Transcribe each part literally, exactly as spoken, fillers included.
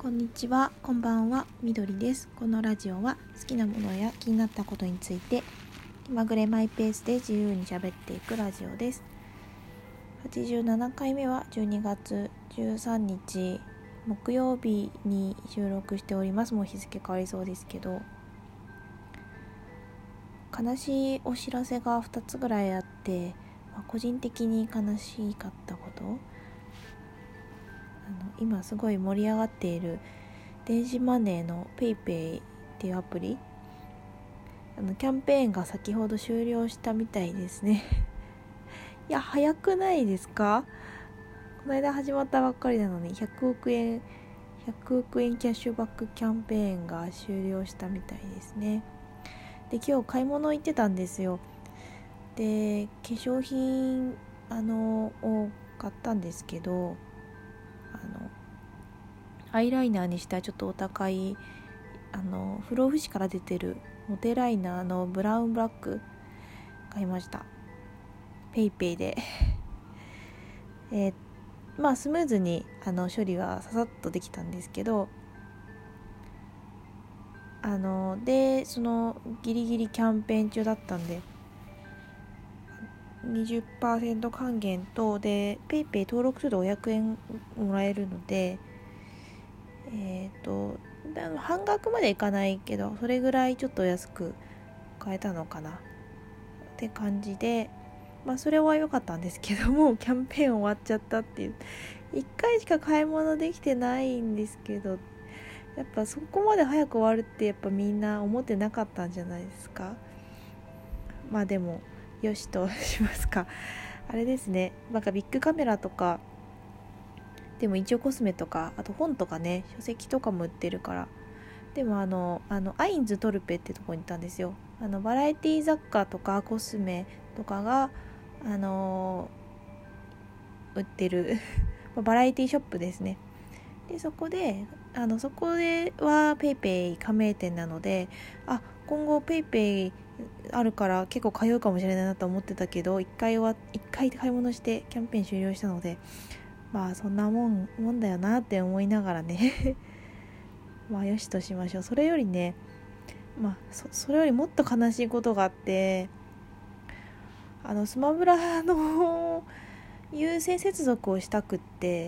こんにちは、こんばんは、みどりです。このラジオは好きなものや気になったことについて気まぐれマイペースで自由に喋っていくラジオです。はちじゅうななかいめはじゅうにがつじゅうさんにち木曜日に収録しております。もう日付変わりそうですけど、悲しいお知らせがふたつぐらいあって、まあ、個人的に悲しかったことあの今すごい盛り上がっている電子マネーの PayPay っていうアプリ、あのキャンペーンが先ほど終了したみたいですねいや早くないですか？この間始まったばっかりなのにひゃくおくえんひゃくおくえんキャッシュバックキャンペーンが終了したみたいですね。で今日買い物行ってたんですよ。で化粧品あのを買ったんですけど、あのアイライナーにしてはちょっとお高いあの不老不死から出てるモテライナーのブラウンブラック買いました。ペイペイでえー、まあスムーズにあの処理はささっとできたんですけど、あのでそのギリギリキャンペーン中だったんで にじゅっパーセント 還元とでペイペイ登録するとごひゃくえんもらえるので、えっと半額までいかないけどそれぐらいちょっと安く買えたのかなって感じで、まあそれは良かったんですけども、キャンペーン終わっちゃったっていう、いっかいしか買い物できてないんですけど、やっぱそこまで早く終わるってやっぱみんな思ってなかったんじゃないですか。まあでもよしとしますか。あれですね、なんかビッグカメラとかでも一応コスメとかあと本とかね、書籍とかも売ってるから。でもあのあのアインズトルペってとこに行ったんですよ。あのバラエティ雑貨とかコスメとかがあのー、売ってるバラエティショップですね。でそこであのそこではペイペイ加盟店なので、あ今後ペイペイあるから結構通うかもしれないなと思ってたけど、一回は一回買い物してキャンペーン終了したので、まあそんなもんもんだよなって思いながらねまあよしとしましょう。それよりね、まあ そ, それよりもっと悲しいことがあって、あのスマブラの有線接続をしたくって、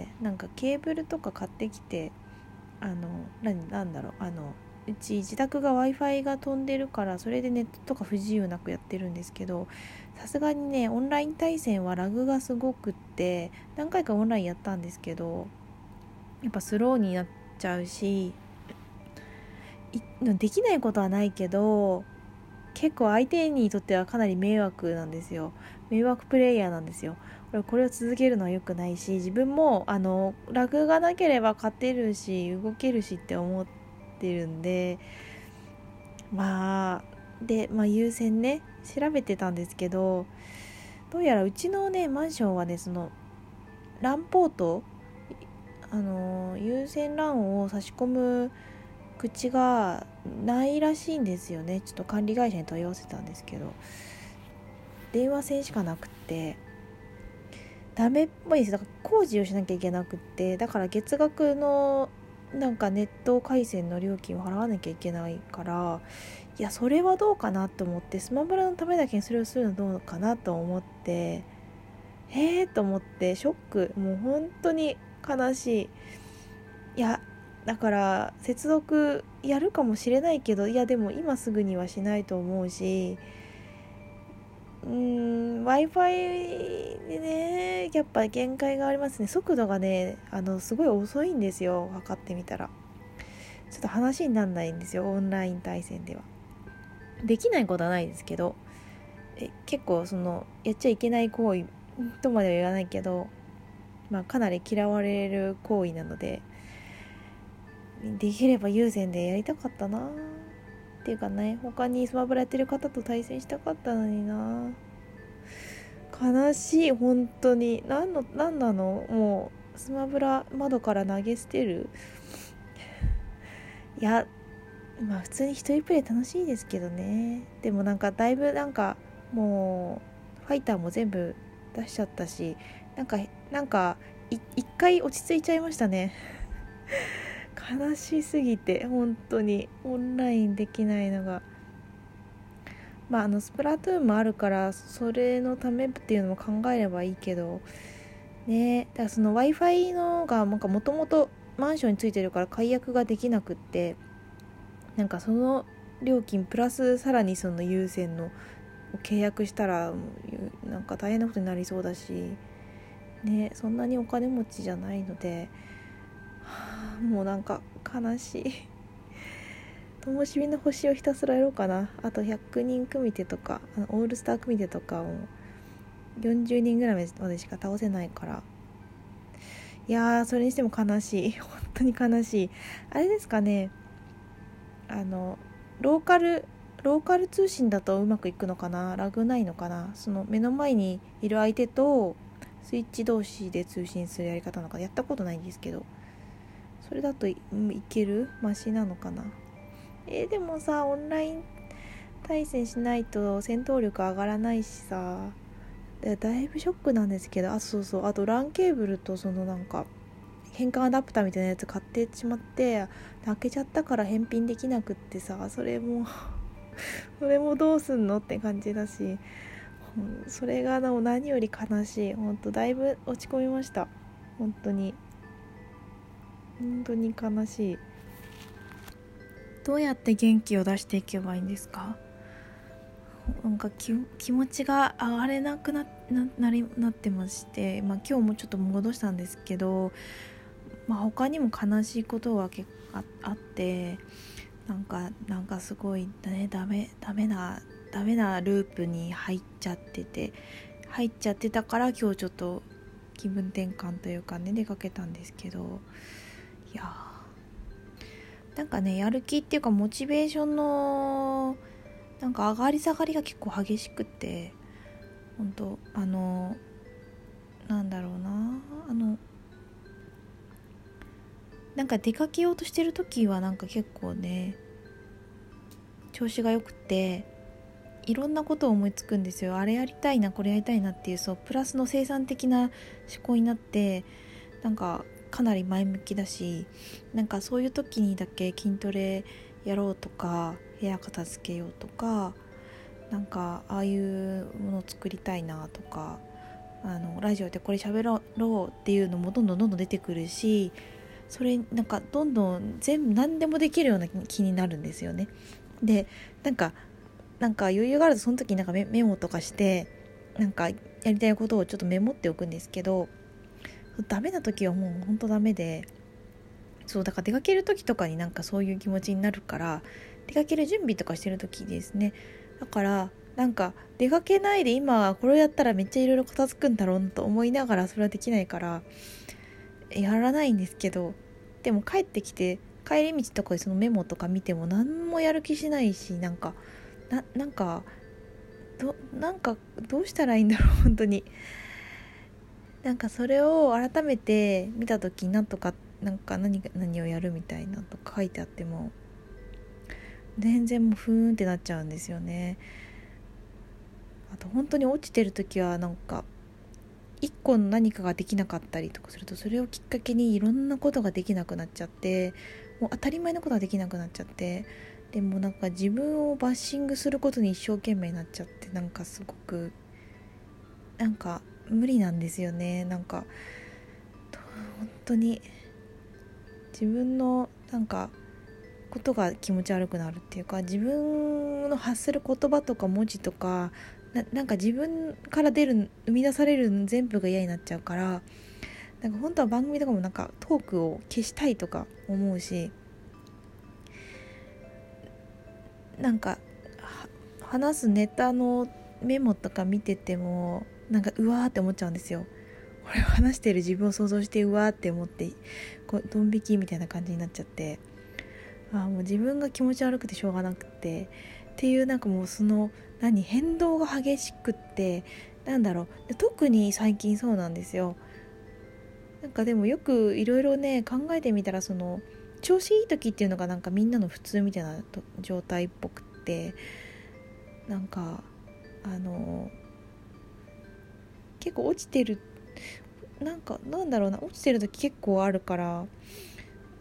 なんかケーブルとか買ってきて、あの何なんだろうあのうち自宅が Wi-Fi が飛んでるから、それでネットとか不自由なくやってるんですけど、さすがにねオンライン対戦はラグがすごくって、何回かオンラインやったんですけどやっぱスローになっちゃうし、できないことはないけど結構相手にとってはかなり迷惑なんですよ。迷惑プレイヤーなんですよ。これこれを続けるのは良くないし、自分もあのラグがなければ勝てるし動けるしって思ってるんで、まあで、まあ、優先ね調べてたんですけど、どうやらうちのねマンションはね、その ラン ポート、あの有線 ラン を差し込む口がないらしいんですよね。ちょっと管理会社に問い合わせたんですけど、電話線しかなくってダメっぽいです。だから工事をしなきゃいけなくって、だから月額のなんかネット回線の料金を払わなきゃいけないから、いやそれはどうかなと思って、スマブラのためだけにそれをするのどうかなと思って、へーと思ってショック、もう本当に悲しい。いやだから接続やるかもしれないけど、いやでも今すぐにはしないと思うし、うーん Wi-Fi でねやっぱ限界がありますね。速度がねあのすごい遅いんですよ。測ってみたらちょっと話にならないんですよ。オンライン対戦ではできないことはないですけど、え結構そのやっちゃいけない行為とまでは言わないけど、まあかなり嫌われる行為なので、できれば有線でやりたかったなっていうかね、他にスマブラやってる方と対戦したかったのにな。悲しい本当に。何の何なの、もうスマブラ窓から投げ捨てる。いやまあ普通に一人プレイ楽しいですけどね。でもなんかだいぶなんかもうファイターも全部出しちゃったし、なんかなんかい一回落ち着いちゃいましたね悲しすぎて本当にオンラインできないのが、まああのスプラトゥーンもあるからそれのためっていうのも考えればいいけどね。だからその Wi-Fi のがなんかもともとマンションについてるから解約ができなくって、なんかその料金プラスさらにその有線の契約したらなんか大変なことになりそうだしね。そんなにお金持ちじゃないので、はあ、もうなんか悲しい。灯火の星をひたすらやろうかな。あとひゃくにん組手とかオールスター組手とかをよんじゅうにんぐらいまでしか倒せないから、いやーそれにしても悲しい。本当に悲しい。あれですかね、あのローカルローカル通信だとうまくいくのかな、ラグないのかな。その目の前にいる相手とスイッチ同士で通信するやり方なのかやったことないんですけど、それだと い, いけるマシなのかな。えー、でもさオンライン対戦しないと戦闘力上がらないしさ、だいぶショックなんですけど、あそうそうあと ラン ケーブルとそのなんか変換アダプターみたいなやつ買ってしまって開けちゃったから返品できなくってさ、それもそれもどうすんのって感じだし、それが何より悲しい。本当だいぶ落ち込みました。本当に本当に悲しい。どうやって元気を出していけばいいんですか。なんか 気, 気持ちが上がれなく な, な, な, りなってまして、まあ、今日もちょっと戻したんですけど、まあ、他にも悲しいことは結構 あ, あってなんかなんかすごい、ね、ダメダメなダメなループに入っちゃってて入っちゃってたから今日ちょっと気分転換というかね出かけたんですけど、いやなんかねやる気っていうかモチベーションのなんか上がり下がりが結構激しくて、本当あのなんだろうなあのなんか出かけようとしてる時はなんか結構ね調子が良くていろんなことを思いつくんですよ。あれやりたいなこれやりたいなっていう、そうプラスの生産的な思考になってなんかかなり前向きだし、なんかそういう時にだけ筋トレやろうとか部屋片付けようとかなんかああいうものを作りたいなとか、あのラジオでこれ喋ろうっていうのもどんどんどんどん出てくるし、それなんかどんどん全部何でもできるような気になるんですよね。でなんかなんか余裕があるとその時になんか メ, メモとかしてなんかやりたいことをちょっとメモっておくんですけど、ダメな時はもうほんとダメで、そうだから出かける時とかになんかそういう気持ちになるから、出かける準備とかしてる時ですね。だからなんか出かけないで今これをやったらめっちゃいろいろ片付くんだろうと思いながらそれはできないからやらないんですけど、でも帰ってきて帰り道とかでそのメモとか見ても何もやる気しないし、なんかな, なんかどなんかどうしたらいいんだろう本当に。なんかそれを改めて見た時になんとかなんか 何, 何をやるみたいなとか書いてあっても全然もうふーんってなっちゃうんですよね。あと本当に落ちてる時はなんか一個の何かができなかったりとかするとそれをきっかけにいろんなことができなくなっちゃって、もう当たり前のことができなくなっちゃって、でもなんか自分をバッシングすることに一生懸命になっちゃって、なんかすごくなんか無理なんですよね。なんか本当に自分のなんかことが気持ち悪くなるっていうか、自分の発する言葉とか文字とか な, なんか自分から出る生み出される全部が嫌になっちゃうから、なんか本当は番組とかもなんかトークを消したいとか思うし、なんか話すネタのメモとか見ててもなんかうわーって思っちゃうんですよ。これを話してる自分を想像してうわーって思ってこうドン引きみたいな感じになっちゃって、あもう自分が気持ち悪くてしょうがなくてっていう、なんかもうその何変動が激しくって、なんだろう、特に最近そうなんですよ。なんかでもよくいろいろね考えてみたら、その調子いい時っていうのがなんかみんなの普通みたいな状態っぽくって、なんかあの結構落ちてるなんかなんだろうな落ちてる時結構あるから、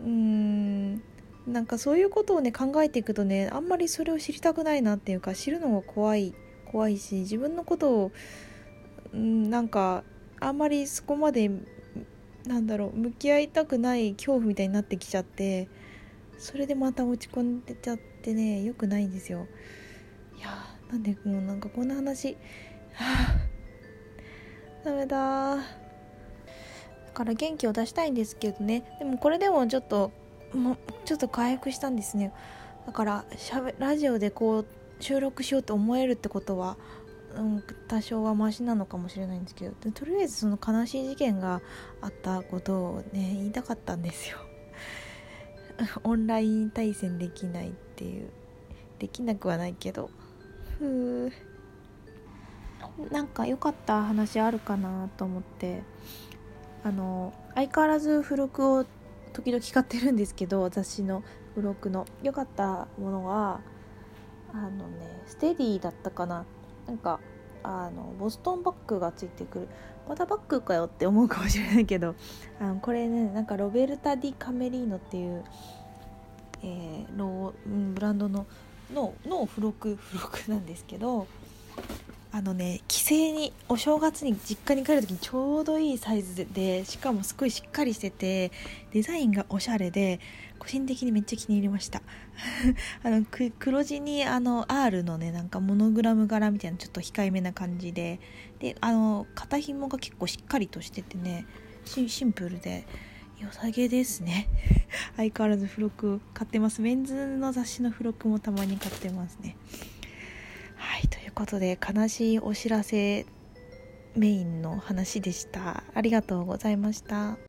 うーんなんかそういうことをね考えていくとね、あんまりそれを知りたくないなっていうか、知るのが怖い怖いし、自分のことをうんなんかあんまりそこまでなんだろう向き合いたくない恐怖みたいになってきちゃって、それでまた落ち込んでちゃってね、良くないんですよ。いやなんでもうなんかこんな話はあダメだ。だから元気を出したいんですけどね、でもこれでもちょっともうちょっと回復したんですね。だからしゃべラジオでこう収録しようと思えるってことは、うん、多少はマシなのかもしれないんですけど、とりあえずその悲しい事件があったことをね言いたかったんですよオンライン対戦できないっていう、できなくはないけど、ふうなんか良かった話あるかなと思って、あの相変わらず付録を時々買ってるんですけど、雑誌の付録の良かったものはあのねステディだったかな、なんかあのボストンバッグがついてくる。またバッグかよって思うかもしれないけど、あのこれねなんかロベルタ・ディ・カメリーノっていう、えー、ローブランドののの付録付録なんですけど、あのね帰省にお正月に実家に帰る時にちょうどいいサイズ で, でしかもすごいしっかりしててデザインがおしゃれで個人的にめっちゃ気に入りましたあのく黒地にあの R のねなんかモノグラム柄みたいなちょっと控えめな感じで、であの肩紐が結構しっかりとしててね、シシンプルで良さげですね相変わらず付録買ってます。メンズの雑誌の付録もたまに買ってますね。はい、ということで悲しいお知らせメインの話でした。ありがとうございました。